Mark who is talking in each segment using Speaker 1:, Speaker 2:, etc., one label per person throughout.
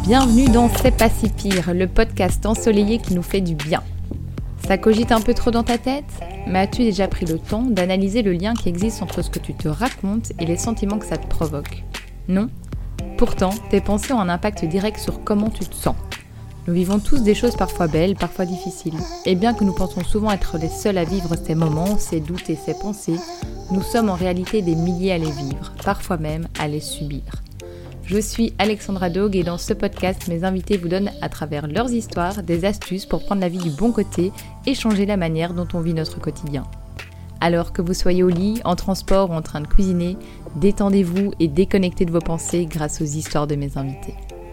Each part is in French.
Speaker 1: Bienvenue dans C'est pas si pire, le podcast ensoleillé qui nous fait du bien. Ça cogite un peu trop dans ta tête ? Mais as-tu déjà pris le temps d'analyser le lien qui existe entre ce que tu te racontes et les sentiments que ça te provoque ? Non ? Pourtant, tes pensées ont un impact direct sur comment tu te sens. Nous vivons tous des choses parfois belles, parfois difficiles. Et bien que nous pensons souvent être les seuls à vivre ces moments, ces doutes et ces pensées, nous sommes en réalité des milliers à les vivre, parfois même à les subir. Je suis Alexandra Dogue et dans ce podcast, mes invités vous donnent à travers leurs histoires des astuces pour prendre la vie du bon côté et changer la manière dont on vit notre quotidien. Alors que vous soyez au lit, en transport ou en train de cuisiner, détendez-vous et déconnectez de vos pensées grâce aux histoires de mes invités.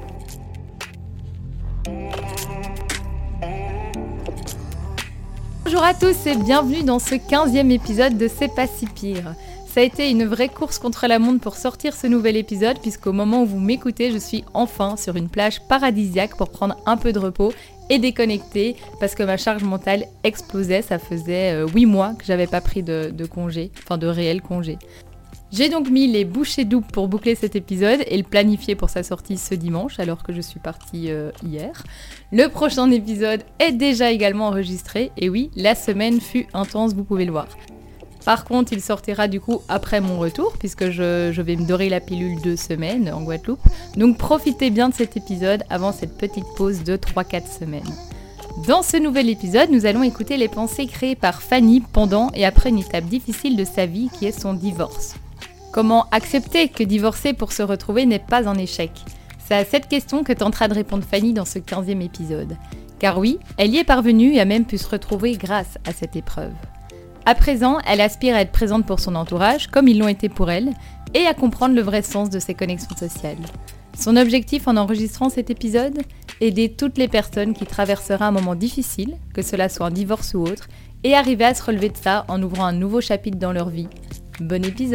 Speaker 1: Bonjour à tous et bienvenue dans ce 15e épisode de C'est pas si pire. Ça a été une vraie course contre la montre pour sortir ce nouvel épisode puisqu'au moment où vous m'écoutez, je suis enfin sur une plage paradisiaque pour prendre un peu de repos et déconnecter parce que ma charge mentale explosait. Ça faisait 8 mois que j'avais pas pris de congé, enfin de réel congé. J'ai donc mis les bouchées doubles pour boucler cet épisode et le planifier pour sa sortie ce dimanche alors que je suis partie hier. Le prochain épisode est déjà également enregistré et oui, la semaine fut intense, vous pouvez le voir. Par contre, il sortira du coup après mon retour, puisque je vais me dorer la pilule 2 semaines en Guadeloupe. Donc profitez bien de cet épisode avant cette petite pause de 3-4 semaines. Dans ce nouvel épisode, nous allons écouter les pensées créées par Fanny pendant et après une étape difficile de sa vie qui est son divorce. Comment accepter que divorcer pour se retrouver n'est pas un échec ? C'est à cette question que tentera de répondre Fanny dans ce 15e épisode. Car oui, elle y est parvenue et a même pu se retrouver grâce à cette épreuve. À présent, elle aspire à être présente pour son entourage, comme ils l'ont été pour elle, et à comprendre le vrai sens de ses connexions sociales. Son objectif en enregistrant cet épisode ? Aider toutes les personnes qui traverseraient un moment difficile, que cela soit un divorce ou autre, et arriver à se relever de ça en ouvrant un nouveau chapitre dans leur vie. Bon épisode !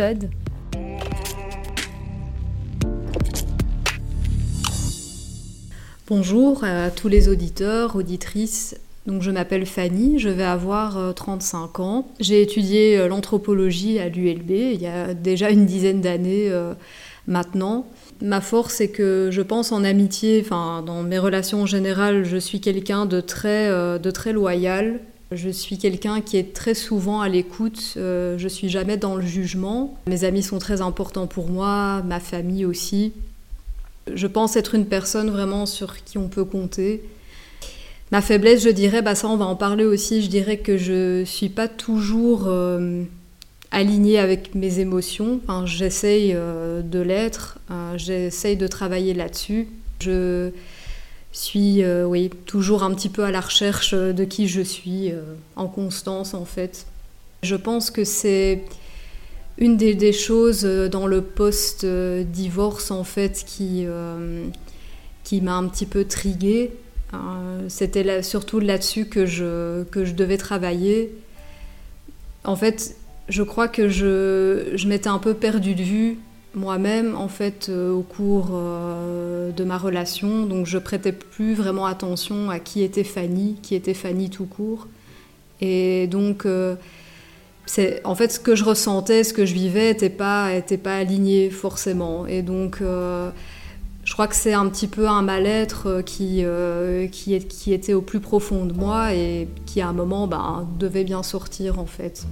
Speaker 2: Bonjour à tous les auditeurs, auditrices. Donc je m'appelle Fanny, je vais avoir 35 ans. J'ai étudié l'anthropologie à l'ULB il y a déjà une dizaine d'années maintenant. Ma force, c'est que je pense en amitié, dans mes relations en général, je suis quelqu'un de très loyal. Je suis quelqu'un qui est très souvent à l'écoute, je suis jamais dans le jugement. Mes amis sont très importants pour moi, ma famille aussi. Je pense être une personne vraiment sur qui on peut compter. Ma faiblesse, je dirais, ça on va en parler aussi, je dirais que je suis pas toujours alignée avec mes émotions. J'essaye de l'être, j'essaye de travailler là-dessus. Je suis toujours un petit peu à la recherche de qui je suis, en constance en fait. Je pense que c'est une des choses dans le post-divorce en fait qui m'a un petit peu triguée. C'était surtout là-dessus que je devais travailler. En fait, je crois que je m'étais un peu perdue de vue moi-même en fait au cours de ma relation. Donc je prêtais plus vraiment attention à qui était Fanny tout court. Et donc en fait ce que je ressentais, ce que je vivais était pas aligné forcément. Et donc je crois que c'est un petit peu un mal-être qui était au plus profond de moi et qui à un moment devait bien sortir en fait.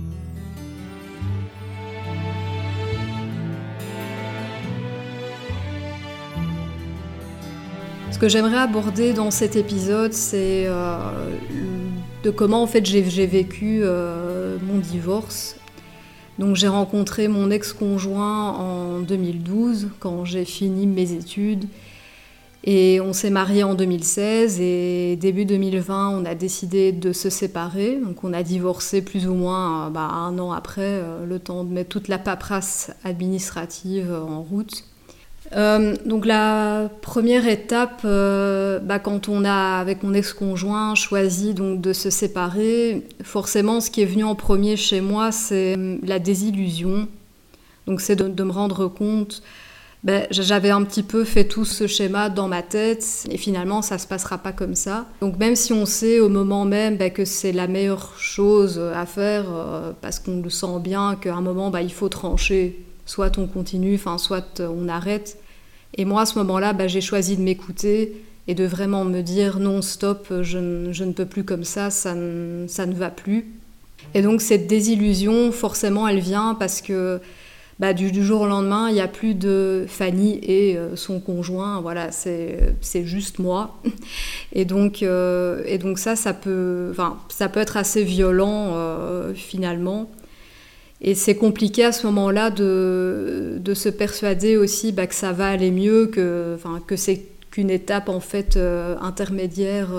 Speaker 2: Ce que j'aimerais aborder dans cet épisode, c'est de comment en fait j'ai vécu mon divorce. Donc j'ai rencontré mon ex-conjoint en 2012 quand j'ai fini mes études et on s'est mariés en 2016 et début 2020 on a décidé de se séparer. Donc on a divorcé plus ou moins un an après, le temps de mettre toute la paperasse administrative en route. Donc la première étape, quand on a avec mon ex-conjoint choisi donc de se séparer, forcément ce qui est venu en premier chez moi c'est la désillusion. Donc c'est de me rendre compte, j'avais un petit peu fait tout ce schéma dans ma tête et finalement ça se passera pas comme ça. Donc même si on sait au moment même que c'est la meilleure chose à faire parce qu'on le sent bien qu'à un moment il faut trancher. Soit on continue, soit on arrête. Et moi, à ce moment-là, j'ai choisi de m'écouter et de vraiment me dire non, stop, je ne peux plus comme ça ne va plus. Et donc cette désillusion, forcément, elle vient parce que du jour au lendemain, il n'y a plus de Fanny et son conjoint, voilà, c'est juste moi. Et donc ça peut être assez violent finalement. Et c'est compliqué à ce moment-là de se persuader aussi que ça va aller mieux, que c'est qu'une étape en fait intermédiaire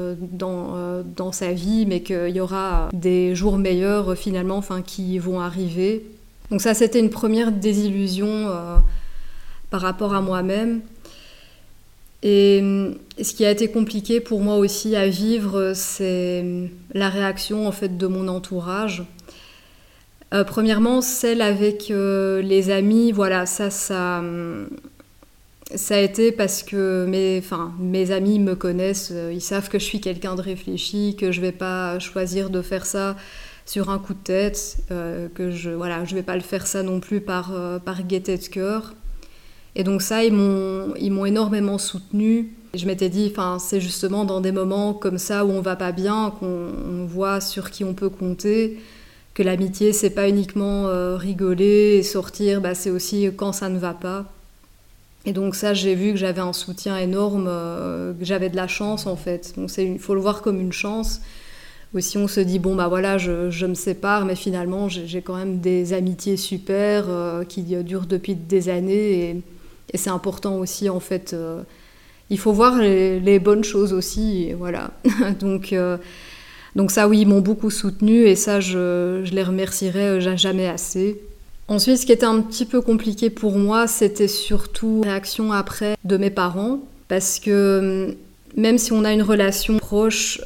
Speaker 2: dans sa vie, mais qu'il y aura des jours meilleurs finalement qui vont arriver. Donc ça, c'était une première désillusion par rapport à moi-même. Et ce qui a été compliqué pour moi aussi à vivre, c'est la réaction en fait de mon entourage. Premièrement, celle avec les amis, voilà, ça a été parce que mes amis me connaissent, ils savent que je suis quelqu'un de réfléchi, que je vais pas choisir de faire ça sur un coup de tête, que je vais pas le faire ça non plus par gaieté de cœur. Et donc ça, ils m'ont énormément soutenue. Je m'étais dit, c'est justement dans des moments comme ça où on va pas bien qu'on voit sur qui on peut compter, que l'amitié, c'est pas uniquement rigoler et sortir, c'est aussi quand ça ne va pas. Et donc ça, j'ai vu que j'avais un soutien énorme, que j'avais de la chance en fait. Donc il faut le voir comme une chance. Aussi, on se dit, je me sépare, mais finalement, j'ai quand même des amitiés super qui durent depuis des années. Et c'est important aussi, en fait. Il faut voir les bonnes choses aussi, et voilà. Donc ça, oui, ils m'ont beaucoup soutenue, et ça, je les remercierai jamais assez. Ensuite, ce qui était un petit peu compliqué pour moi, c'était surtout la réaction après de mes parents, parce que même si on a une relation proche,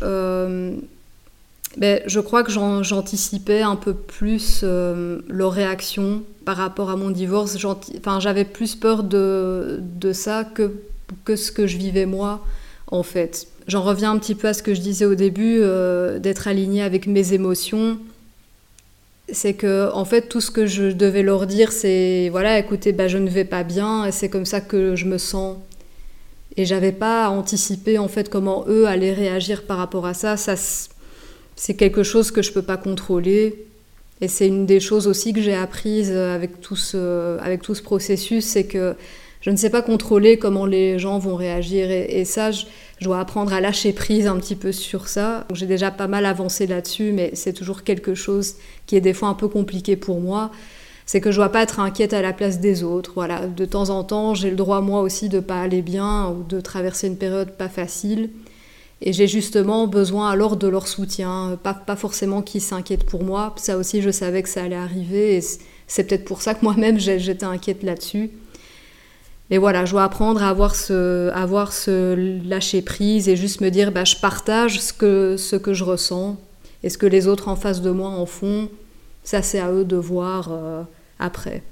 Speaker 2: je crois que j'anticipais un peu plus leur réaction par rapport à mon divorce. J'avais plus peur de ça que ce que je vivais moi, en fait. J'en reviens un petit peu à ce que je disais au début, d'être alignée avec mes émotions. C'est que, en fait, tout ce que je devais leur dire, c'est voilà, écoutez, je ne vais pas bien et c'est comme ça que je me sens. Et j'avais pas anticipé, en fait, comment eux allaient réagir par rapport à ça. C'est quelque chose que je peux pas contrôler. Et c'est une des choses aussi que j'ai apprises avec tout ce processus, c'est que je ne sais pas contrôler comment les gens vont réagir. Et ça, je dois apprendre à lâcher prise un petit peu sur ça. Donc, j'ai déjà pas mal avancé là-dessus, mais c'est toujours quelque chose qui est des fois un peu compliqué pour moi. C'est que je dois pas être inquiète à la place des autres. Voilà. De temps en temps, j'ai le droit moi aussi de pas aller bien ou de traverser une période pas facile. Et j'ai justement besoin alors de leur soutien, pas forcément qu'ils s'inquiètent pour moi. Ça aussi, je savais que ça allait arriver et c'est peut-être pour ça que moi-même, j'étais inquiète là-dessus. Mais voilà, je dois apprendre à avoir ce lâcher-prise et juste me dire, je partage ce que je ressens et ce que les autres en face de moi en font. Ça, c'est à eux de voir après.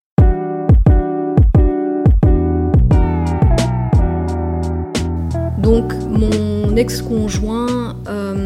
Speaker 2: Donc, mon ex-conjoint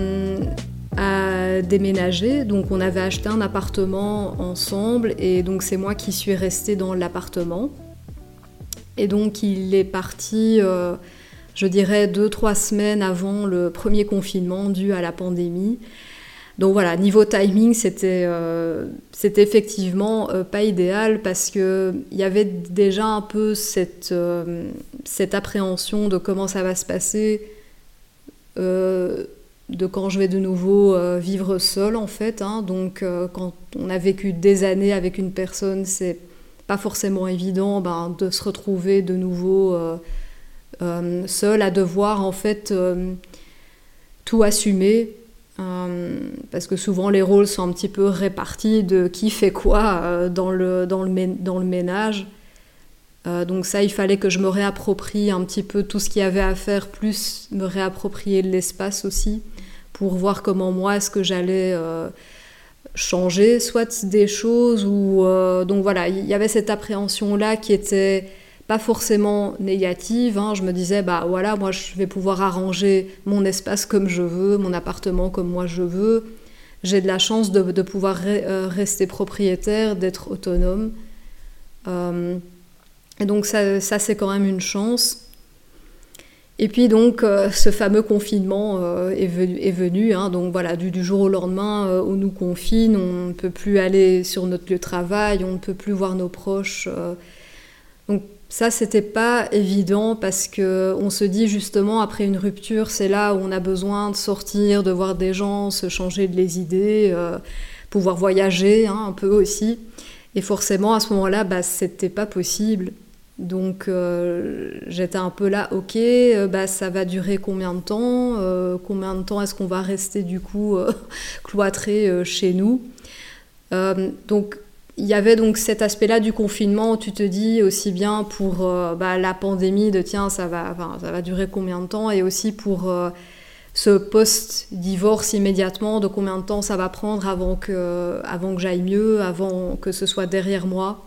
Speaker 2: a déménagé, donc on avait acheté un appartement ensemble et donc c'est moi qui suis restée dans l'appartement. Et donc il est parti, je dirais 2-3 semaines avant le premier confinement dû à la pandémie. Donc voilà, niveau timing, c'était effectivement pas idéal parce qu'il y avait déjà un peu cette appréhension de comment ça va se passer, de quand je vais de nouveau vivre seule en fait. Donc quand on a vécu des années avec une personne, c'est pas forcément évident de se retrouver de nouveau seule, à devoir en fait tout assumer. Parce que souvent les rôles sont un petit peu répartis de qui fait quoi dans le ménage. Donc ça, il fallait que je me réapproprie un petit peu tout ce qu'il y avait à faire, plus me réapproprier l'espace aussi, pour voir comment moi, est-ce que j'allais changer, soit des choses, ou... donc voilà, il y avait cette appréhension-là qui était pas forcément négative, je me disais, voilà, moi je vais pouvoir arranger mon espace comme je veux, mon appartement comme moi je veux, j'ai de la chance de pouvoir rester propriétaire, d'être autonome. Et donc ça c'est quand même une chance. Et puis donc ce fameux confinement est venu, hein, donc voilà, du jour au lendemain, on nous confine, on ne peut plus aller sur notre lieu de travail, on ne peut plus voir nos proches. Donc ça, c'était pas évident parce qu'on se dit justement, après une rupture, c'est là où on a besoin de sortir, de voir des gens, se changer les idées, pouvoir voyager un peu aussi. Et forcément, à ce moment-là, c'était pas possible. Donc j'étais un peu là, ok, ça va durer combien de temps est-ce qu'on va rester du coup cloîtré chez nous. Donc il y avait donc cet aspect-là du confinement où tu te dis aussi bien pour la pandémie de tiens ça va durer combien de temps, et aussi pour ce post-divorce immédiatement, de combien de temps ça va prendre avant que j'aille mieux, avant que ce soit derrière moi.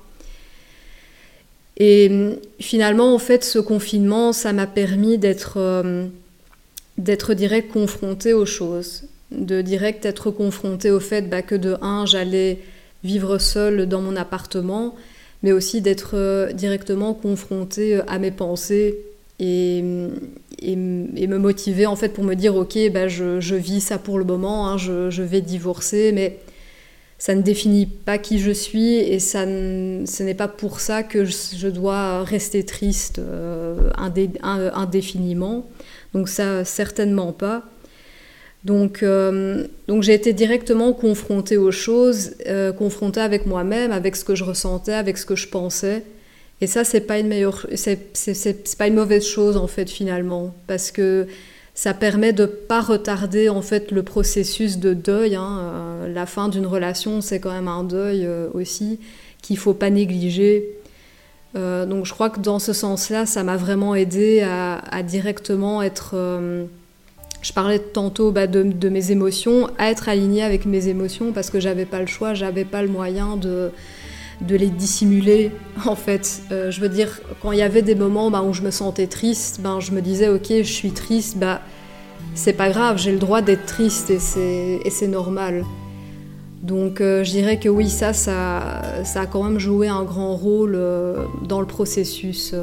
Speaker 2: Et finalement, en fait, ce confinement, ça m'a permis d'être direct confrontée aux choses, de direct être confrontée au fait que de un, j'allais vivre seule dans mon appartement, mais aussi d'être directement confrontée à mes pensées et me motiver en fait pour me dire ok, je vis ça pour le moment, hein, je vais divorcer, mais ça ne définit pas qui je suis, et ce n'est pas pour ça que je dois rester triste indéfiniment. Donc ça, certainement pas. Donc j'ai été directement confrontée aux choses, confrontée avec moi-même, avec ce que je ressentais, avec ce que je pensais. Et ça, c'est pas une mauvaise chose en fait finalement, parce que ça permet de pas retarder en fait le processus de deuil. La fin d'une relation, c'est quand même un deuil aussi qu'il faut pas négliger. Donc je crois que dans ce sens-là, ça m'a vraiment aidée à directement être. Je parlais tantôt de mes émotions, à être alignée avec mes émotions, parce que j'avais pas le choix, j'avais pas le moyen de les dissimuler en fait. Je veux dire, quand il y avait des moments où je me sentais triste, je me disais ok, je suis triste, c'est pas grave, j'ai le droit d'être triste, et c'est normal. Donc je dirais que oui, ça a quand même joué un grand rôle dans le processus.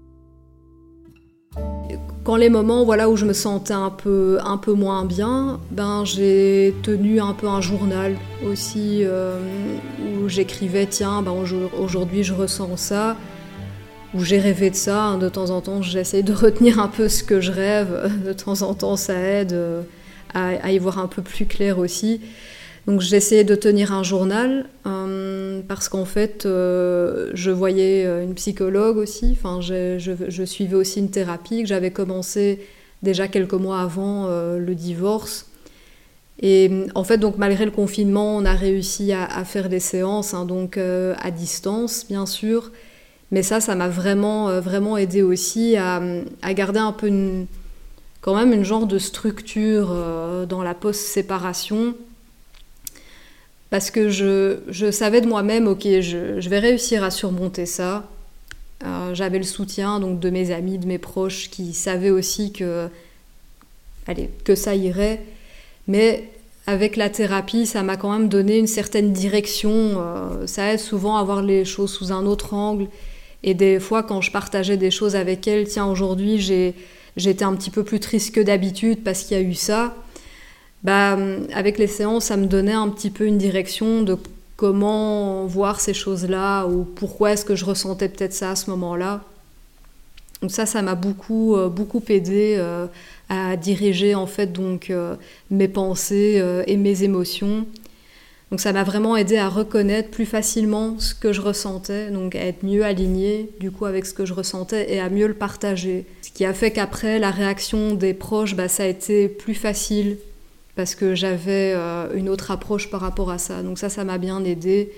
Speaker 2: Quand les moments où je me sentais un peu moins bien, j'ai tenu un peu un journal aussi où j'écrivais tiens, aujourd'hui je ressens ça, ou j'ai rêvé de ça. De temps en temps, j'essaye de retenir un peu ce que je rêve. De temps en temps, ça aide à y voir un peu plus clair aussi. Donc j'essayais de tenir un journal parce qu'en fait, je voyais une psychologue aussi. Enfin, je suivais aussi une thérapie que j'avais commencé déjà quelques mois avant le divorce. Et en fait, donc malgré le confinement, on a réussi à faire des séances, donc à distance, bien sûr. Mais ça m'a vraiment aidé aussi à garder un peu quand même une genre de structure dans la post-séparation. Parce que je savais de moi-même, ok, je vais réussir à surmonter ça. J'avais le soutien donc, de mes amis, de mes proches, qui savaient aussi que ça irait. Mais avec la thérapie, ça m'a quand même donné une certaine direction. Ça aide souvent à voir les choses sous un autre angle. Et des fois, quand je partageais des choses avec elle, tiens, aujourd'hui, j'étais un petit peu plus triste que d'habitude parce qu'il y a eu ça. Avec les séances, ça me donnait un petit peu une direction de comment voir ces choses-là, ou pourquoi est-ce que je ressentais peut-être ça à ce moment-là. Donc ça m'a beaucoup aidé à diriger en fait donc mes pensées et mes émotions. Donc ça m'a vraiment aidé à reconnaître plus facilement ce que je ressentais, donc à être mieux alignée du coup avec ce que je ressentais et à mieux le partager. Ce qui a fait qu'après la réaction des proches, ça a été plus facile parce que j'avais une autre approche par rapport à ça. Donc ça m'a bien aidé.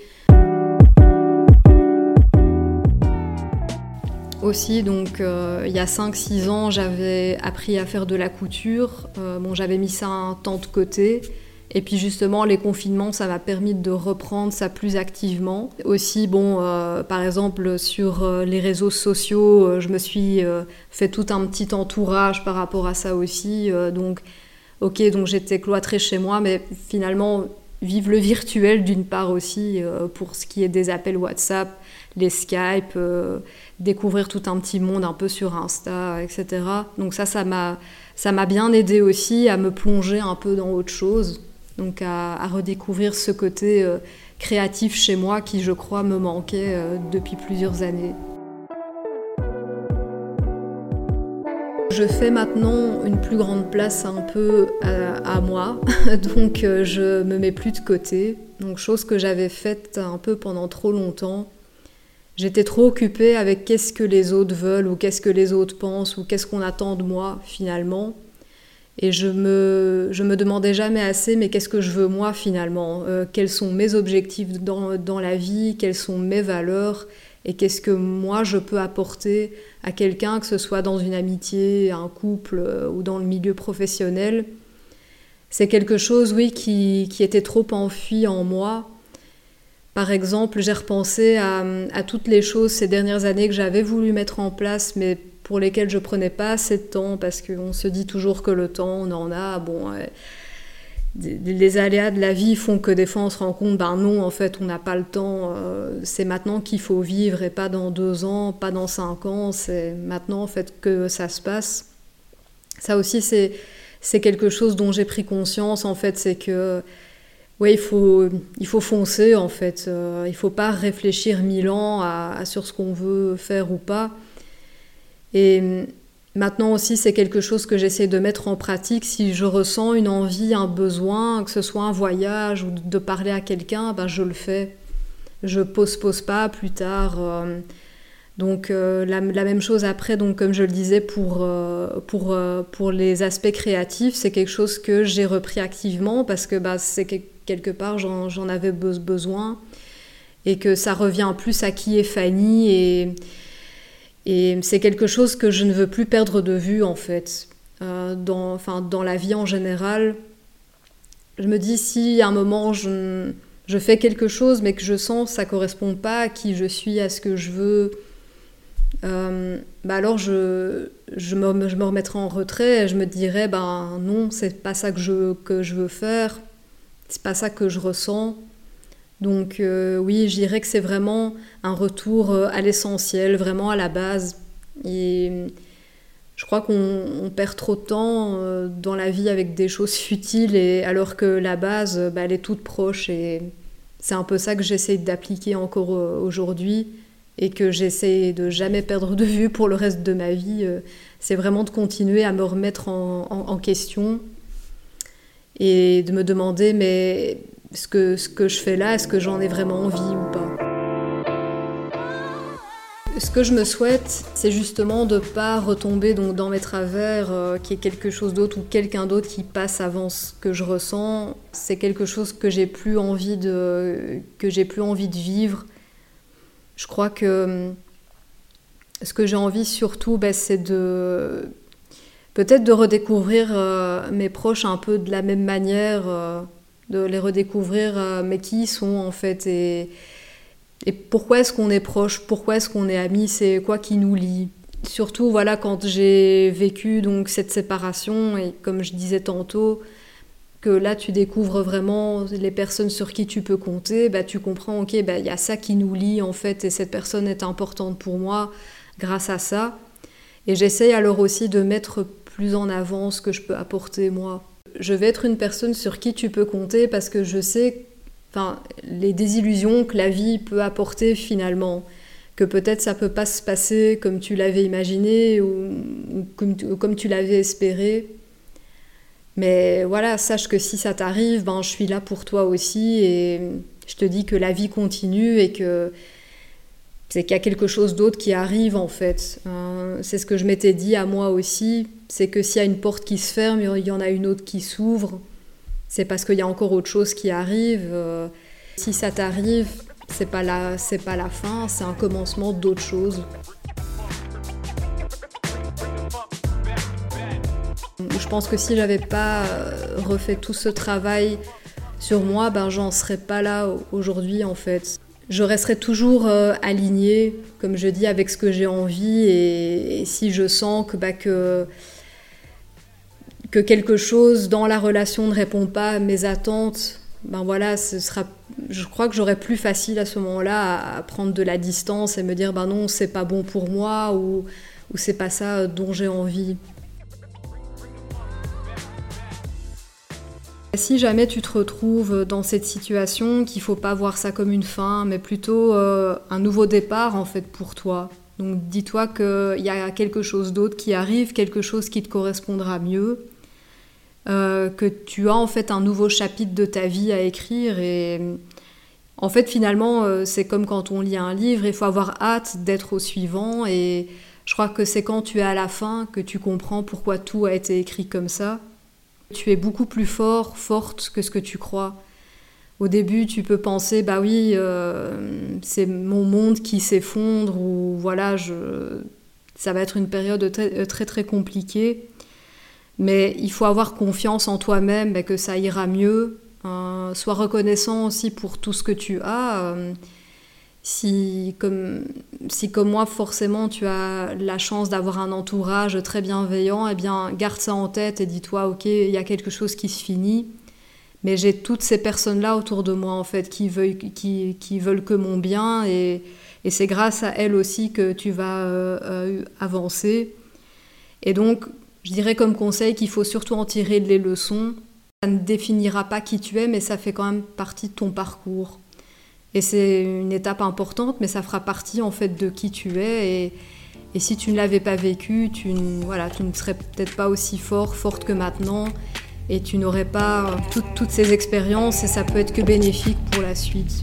Speaker 2: Aussi, donc, il y a 5-6 ans, j'avais appris à faire de la couture. J'avais mis ça un temps de côté. Et puis justement, les confinements, ça m'a permis de reprendre ça plus activement. Aussi, par exemple, sur les réseaux sociaux, je me suis fait tout un petit entourage par rapport à ça aussi. Donc j'étais cloîtrée chez moi, mais finalement, vivre le virtuel d'une part aussi, pour ce qui est des appels WhatsApp, les Skype, découvrir tout un petit monde un peu sur Insta, etc. Donc ça m'a bien aidé aussi à me plonger un peu dans autre chose, donc à redécouvrir ce côté créatif chez moi qui, je crois, me manquait depuis plusieurs années. Je fais maintenant une plus grande place un peu à moi, donc je me mets plus de côté, donc chose que j'avais faite un peu pendant trop longtemps. J'étais trop occupée avec qu'est-ce que les autres veulent ou qu'est-ce que les autres pensent ou qu'est-ce qu'on attend de moi finalement. Et je me demandais jamais assez, mais qu'est-ce que je veux moi finalement, quels sont mes objectifs dans la vie, quelles sont mes valeurs et qu'est-ce que moi je peux apporter à quelqu'un, que ce soit dans une amitié, un couple ou dans le milieu professionnel. C'est quelque chose, oui, qui était trop enfui en moi. Par exemple, j'ai repensé à toutes les choses ces dernières années que j'avais voulu mettre en place, mais pour lesquelles je prenais pas assez de temps, parce qu'on se dit toujours que le temps, on en a. Bon, les aléas de la vie font que des fois on se rend compte, ben non, en fait, on n'a pas le temps. C'est maintenant qu'il faut vivre et pas dans 2 ans, pas dans 5 ans. C'est maintenant, en fait, que ça se passe. Ça aussi, c'est quelque chose dont j'ai pris conscience, en fait, c'est que ouais, il faut foncer, en fait. Il ne faut pas réfléchir 1000 ans sur ce qu'on veut faire ou pas. Et maintenant aussi, c'est quelque chose que j'essaie de mettre en pratique. Si je ressens une envie, un besoin, que ce soit un voyage ou de parler à quelqu'un, ben je le fais. Je postpose pas plus tard. Donc la même chose après, donc, comme je le disais, pour les aspects créatifs, c'est quelque chose que j'ai repris activement parce que c'est quelque part j'en avais besoin et que ça revient plus à qui est Fanny et c'est quelque chose que je ne veux plus perdre de vue en fait. Dans la vie en général, je me dis si à un moment je fais quelque chose mais que je sens que ça ne correspond pas à qui je suis, à ce que je veux, alors je me remettrai en retrait et je me dirai non, c'est pas ça que je veux faire, c'est pas ça que je ressens. Donc oui, je dirais que c'est vraiment un retour à l'essentiel, vraiment à la base. Et je crois qu'on perd trop de temps dans la vie avec des choses futiles, alors que la base, elle est toute proche. Et c'est un peu ça que j'essaie d'appliquer encore aujourd'hui et que j'essaie de jamais perdre de vue pour le reste de ma vie. C'est vraiment de continuer à me remettre en question et de me demander, mais ce que je fais là, est-ce que j'en ai vraiment envie ou pas ? Ce que je me souhaite, c'est justement de ne pas retomber donc, dans mes travers, qu'il y ait quelque chose d'autre ou quelqu'un d'autre qui passe avant ce que je ressens. C'est quelque chose que j'ai plus envie de vivre. Je crois que ce que j'ai envie surtout, c'est peut-être de redécouvrir mes proches un peu de la même manière, de les redécouvrir, mais qui ils sont en fait, et pourquoi est-ce qu'on est proches, pourquoi est-ce qu'on est amis, c'est quoi qui nous lie. Surtout voilà, quand j'ai vécu donc, cette séparation, et comme je disais tantôt, que là tu découvres vraiment les personnes sur qui tu peux compter, tu comprends, ok, y a ça qui nous lie en fait, et cette personne est importante pour moi grâce à ça. Et j'essaye alors aussi de mettre plus en avant ce que je peux apporter moi. Je vais être une personne sur qui tu peux compter parce que je sais les désillusions que la vie peut apporter finalement, que peut-être ça peut pas se passer comme tu l'avais imaginé ou comme tu l'avais espéré. Mais voilà, sache que si ça t'arrive, je suis là pour toi aussi et je te dis que la vie continue et que c'est qu'il y a quelque chose d'autre qui arrive en fait. C'est ce que je m'étais dit à moi aussi, c'est que s'il y a une porte qui se ferme, il y en a une autre qui s'ouvre. C'est parce qu'il y a encore autre chose qui arrive. Si ça t'arrive, c'est pas la fin, c'est un commencement d'autre chose. Je pense que si j'avais pas refait tout ce travail sur moi, j'en serais pas là aujourd'hui en fait. Je resterai toujours alignée, comme je dis, avec ce que j'ai envie et si je sens que quelque chose dans la relation ne répond pas à mes attentes, ben voilà, je crois que j'aurais plus facile à ce moment-là à prendre de la distance et me dire ben non, c'est pas bon pour moi ou c'est pas ça dont j'ai envie. Si jamais tu te retrouves dans cette situation, qu'il faut pas voir ça comme une fin, mais plutôt un nouveau départ en fait pour toi. Donc dis-toi qu'il y a quelque chose d'autre qui arrive, quelque chose qui te correspondra mieux, que tu as en fait un nouveau chapitre de ta vie à écrire. Et en fait finalement c'est comme quand on lit un livre, il faut avoir hâte d'être au suivant, et je crois que c'est quand tu es à la fin que tu comprends pourquoi tout a été écrit comme ça. Tu es beaucoup plus forte que ce que tu crois. Au début, tu peux penser, bah oui, c'est mon monde qui s'effondre, ou voilà, ça va être une période très, très, très compliquée. Mais il faut avoir confiance en toi-même, que ça ira mieux. Sois reconnaissant aussi pour tout ce que tu as. Si comme moi, forcément, tu as la chance d'avoir un entourage très bienveillant, eh bien, garde ça en tête et dis-toi, ok, il y a quelque chose qui se finit. Mais j'ai toutes ces personnes-là autour de moi, en fait, qui veulent que mon bien, et c'est grâce à elles aussi que tu vas avancer. Et donc, je dirais comme conseil qu'il faut surtout en tirer les leçons. Ça ne définira pas qui tu es, mais ça fait quand même partie de ton parcours. Et c'est une étape importante, mais ça fera partie, en fait, de qui tu es. Et si tu ne l'avais pas vécu, tu ne serais peut-être pas aussi forte que maintenant. Et tu n'aurais pas toutes ces expériences, et ça peut être que bénéfique pour la suite.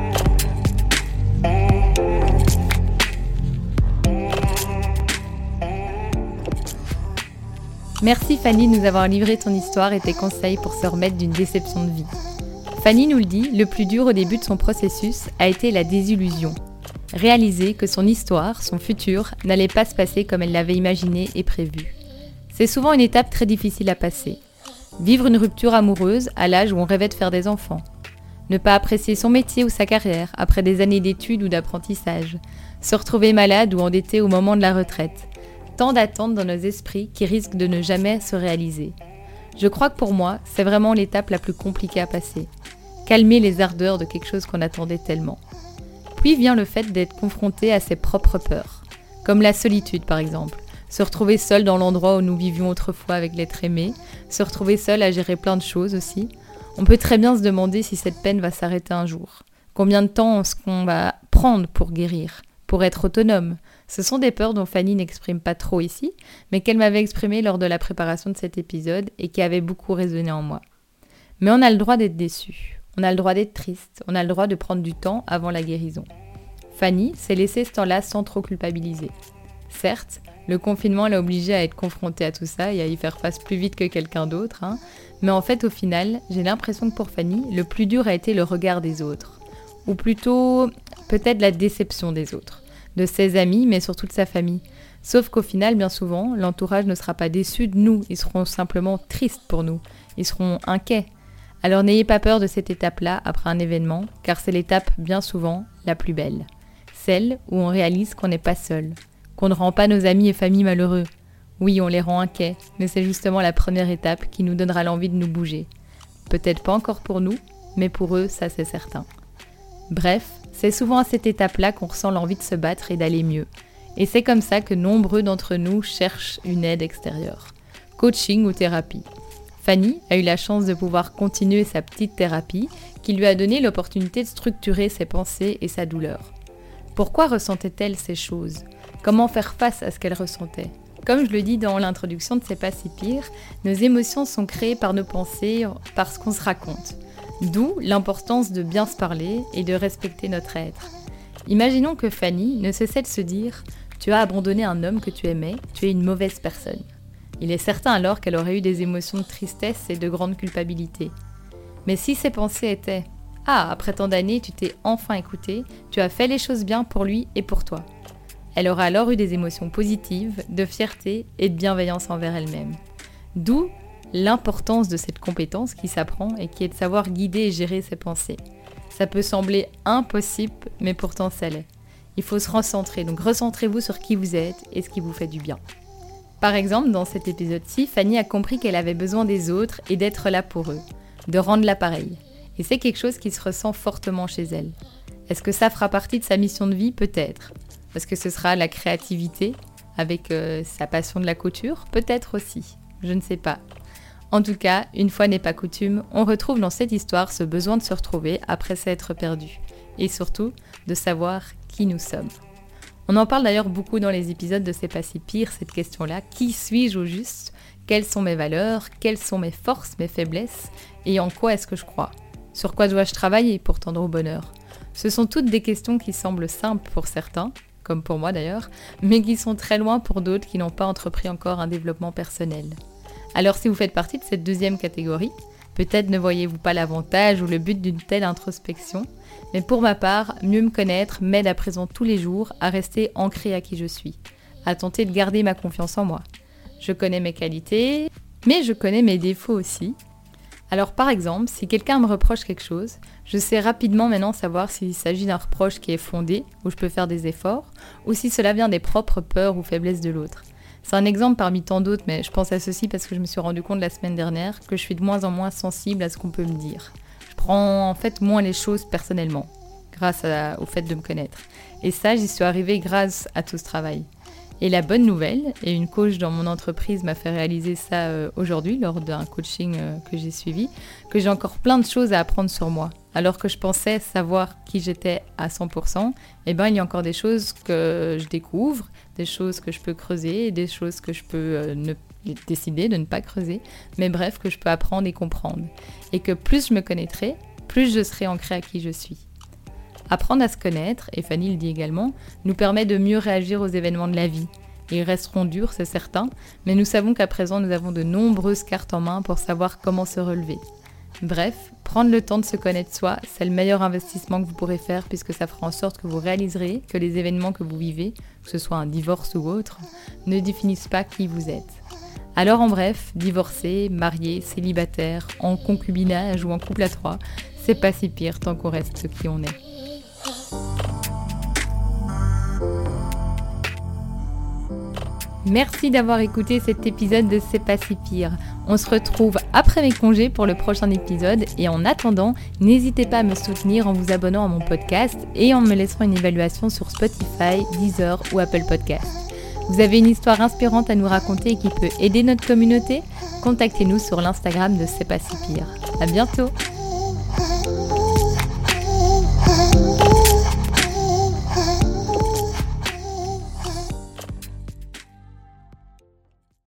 Speaker 1: Merci Fanny de nous avoir livré ton histoire et tes conseils pour se remettre d'une déception de vie. Fanny nous le dit, le plus dur au début de son processus a été la désillusion. Réaliser que son histoire, son futur, n'allait pas se passer comme elle l'avait imaginé et prévu. C'est souvent une étape très difficile à passer. Vivre une rupture amoureuse à l'âge où on rêvait de faire des enfants. Ne pas apprécier son métier ou sa carrière après des années d'études ou d'apprentissage. Se retrouver malade ou endetté au moment de la retraite. Tant d'attentes dans nos esprits qui risquent de ne jamais se réaliser. Je crois que pour moi, c'est vraiment l'étape la plus compliquée à passer. Calmer les ardeurs de quelque chose qu'on attendait tellement. Puis vient le fait d'être confronté à ses propres peurs. Comme la solitude par exemple. Se retrouver seul dans l'endroit où nous vivions autrefois avec l'être aimé. Se retrouver seul à gérer plein de choses aussi. On peut très bien se demander si cette peine va s'arrêter un jour. Combien de temps est-ce qu'on va prendre pour guérir, pour être autonome ? Ce sont des peurs dont Fanny n'exprime pas trop ici, mais qu'elle m'avait exprimées lors de la préparation de cet épisode et qui avaient beaucoup résonné en moi. Mais on a le droit d'être déçu, on a le droit d'être triste, on a le droit de prendre du temps avant la guérison. Fanny s'est laissée ce temps-là sans trop culpabiliser. Certes, le confinement l'a obligée à être confrontée à tout ça et à y faire face plus vite que quelqu'un d'autre, mais en fait au final, j'ai l'impression que pour Fanny, le plus dur a été le regard des autres, ou plutôt peut-être la déception des autres. De ses amis, mais surtout de sa famille. Sauf qu'au final, bien souvent, l'entourage ne sera pas déçu de nous, ils seront simplement tristes pour nous, ils seront inquiets. Alors n'ayez pas peur de cette étape-là après un événement, car c'est l'étape, bien souvent, la plus belle. Celle où on réalise qu'on n'est pas seul, qu'on ne rend pas nos amis et familles malheureux. Oui, on les rend inquiets, mais c'est justement la première étape qui nous donnera l'envie de nous bouger. Peut-être pas encore pour nous, mais pour eux, ça c'est certain. Bref, c'est souvent à cette étape-là qu'on ressent l'envie de se battre et d'aller mieux. Et c'est comme ça que nombreux d'entre nous cherchent une aide extérieure. Coaching ou thérapie. Fanny a eu la chance de pouvoir continuer sa petite thérapie qui lui a donné l'opportunité de structurer ses pensées et sa douleur. Pourquoi ressentait-elle ces choses ? Comment faire face à ce qu'elle ressentait ? Comme je le dis dans l'introduction de C'est pas si pire, nos émotions sont créées par nos pensées, par ce qu'on se raconte. D'où l'importance de bien se parler et de respecter notre être. Imaginons que Fanny ne cessait de se dire « Tu as abandonné un homme que tu aimais, tu es une mauvaise personne ». Il est certain alors qu'elle aurait eu des émotions de tristesse et de grande culpabilité. Mais si ses pensées étaient « Ah, après tant d'années, tu t'es enfin écouté, tu as fait les choses bien pour lui et pour toi », elle aurait alors eu des émotions positives, de fierté et de bienveillance envers elle-même. D'où l'importance de cette compétence qui s'apprend et qui est de savoir guider et gérer ses pensées. Ça peut sembler impossible, mais pourtant ça l'est. Il faut se recentrer, donc recentrez-vous sur qui vous êtes et ce qui vous fait du bien. Par exemple, dans cet épisode-ci, Fanny a compris qu'elle avait besoin des autres et d'être là pour eux, de rendre l'appareil. Et c'est quelque chose qui se ressent fortement chez elle. Est-ce que ça fera partie de sa mission de vie ? Peut-être. Est-ce que ce sera la créativité avec sa passion de la couture ? Peut-être aussi. Je ne sais pas. En tout cas, une fois n'est pas coutume, on retrouve dans cette histoire ce besoin de se retrouver après s'être perdu. Et surtout, de savoir qui nous sommes. On en parle d'ailleurs beaucoup dans les épisodes de C'est pas si pire, cette question-là. Qui suis-je au juste ? Quelles sont mes valeurs ? Quelles sont mes forces, mes faiblesses ? Et en quoi est-ce que je crois ? Sur quoi dois-je travailler pour tendre au bonheur ? Ce sont toutes des questions qui semblent simples pour certains, comme pour moi d'ailleurs, mais qui sont très loin pour d'autres qui n'ont pas entrepris encore un développement personnel. Alors si vous faites partie de cette deuxième catégorie, peut-être ne voyez-vous pas l'avantage ou le but d'une telle introspection, mais pour ma part, mieux me connaître m'aide à présent tous les jours à rester ancré à qui je suis, à tenter de garder ma confiance en moi. Je connais mes qualités, mais je connais mes défauts aussi. Alors par exemple, si quelqu'un me reproche quelque chose, je sais rapidement maintenant savoir s'il s'agit d'un reproche qui est fondé, où je peux faire des efforts, ou si cela vient des propres peurs ou faiblesses de l'autre. C'est un exemple parmi tant d'autres, mais je pense à ceci parce que je me suis rendu compte la semaine dernière que je suis de moins en moins sensible à ce qu'on peut me dire. Je prends en fait moins les choses personnellement, grâce au fait de me connaître. Et ça, j'y suis arrivée grâce à tout ce travail. Et la bonne nouvelle, et une coach dans mon entreprise m'a fait réaliser ça aujourd'hui lors d'un coaching que j'ai suivi, que j'ai encore plein de choses à apprendre sur moi. Alors que je pensais savoir qui j'étais à 100%, il y a encore des choses que je découvre, des choses que je peux creuser, des choses que je peux décider de ne pas creuser, mais bref, que je peux apprendre et comprendre. Et que plus je me connaîtrai, plus je serai ancrée à qui je suis. Apprendre à se connaître, et Fanny le dit également, nous permet de mieux réagir aux événements de la vie. Ils resteront durs, c'est certain, mais nous savons qu'à présent nous avons de nombreuses cartes en main pour savoir comment se relever. Bref, prendre le temps de se connaître soi, c'est le meilleur investissement que vous pourrez faire puisque ça fera en sorte que vous réaliserez que les événements que vous vivez, que ce soit un divorce ou autre, ne définissent pas qui vous êtes. Alors en bref, divorcé, marié, célibataire, en concubinage ou en couple à trois, c'est pas si pire tant qu'on reste qui on est. Merci d'avoir écouté cet épisode de C'est pas si pire. On se retrouve après mes congés pour le prochain épisode et en attendant, n'hésitez pas à me soutenir en vous abonnant à mon podcast et en me laissant une évaluation sur Spotify, Deezer ou Apple Podcasts. Vous avez une histoire inspirante à nous raconter et qui peut aider notre communauté ? Contactez-nous sur l'Instagram de C'est pas si pire. À bientôt!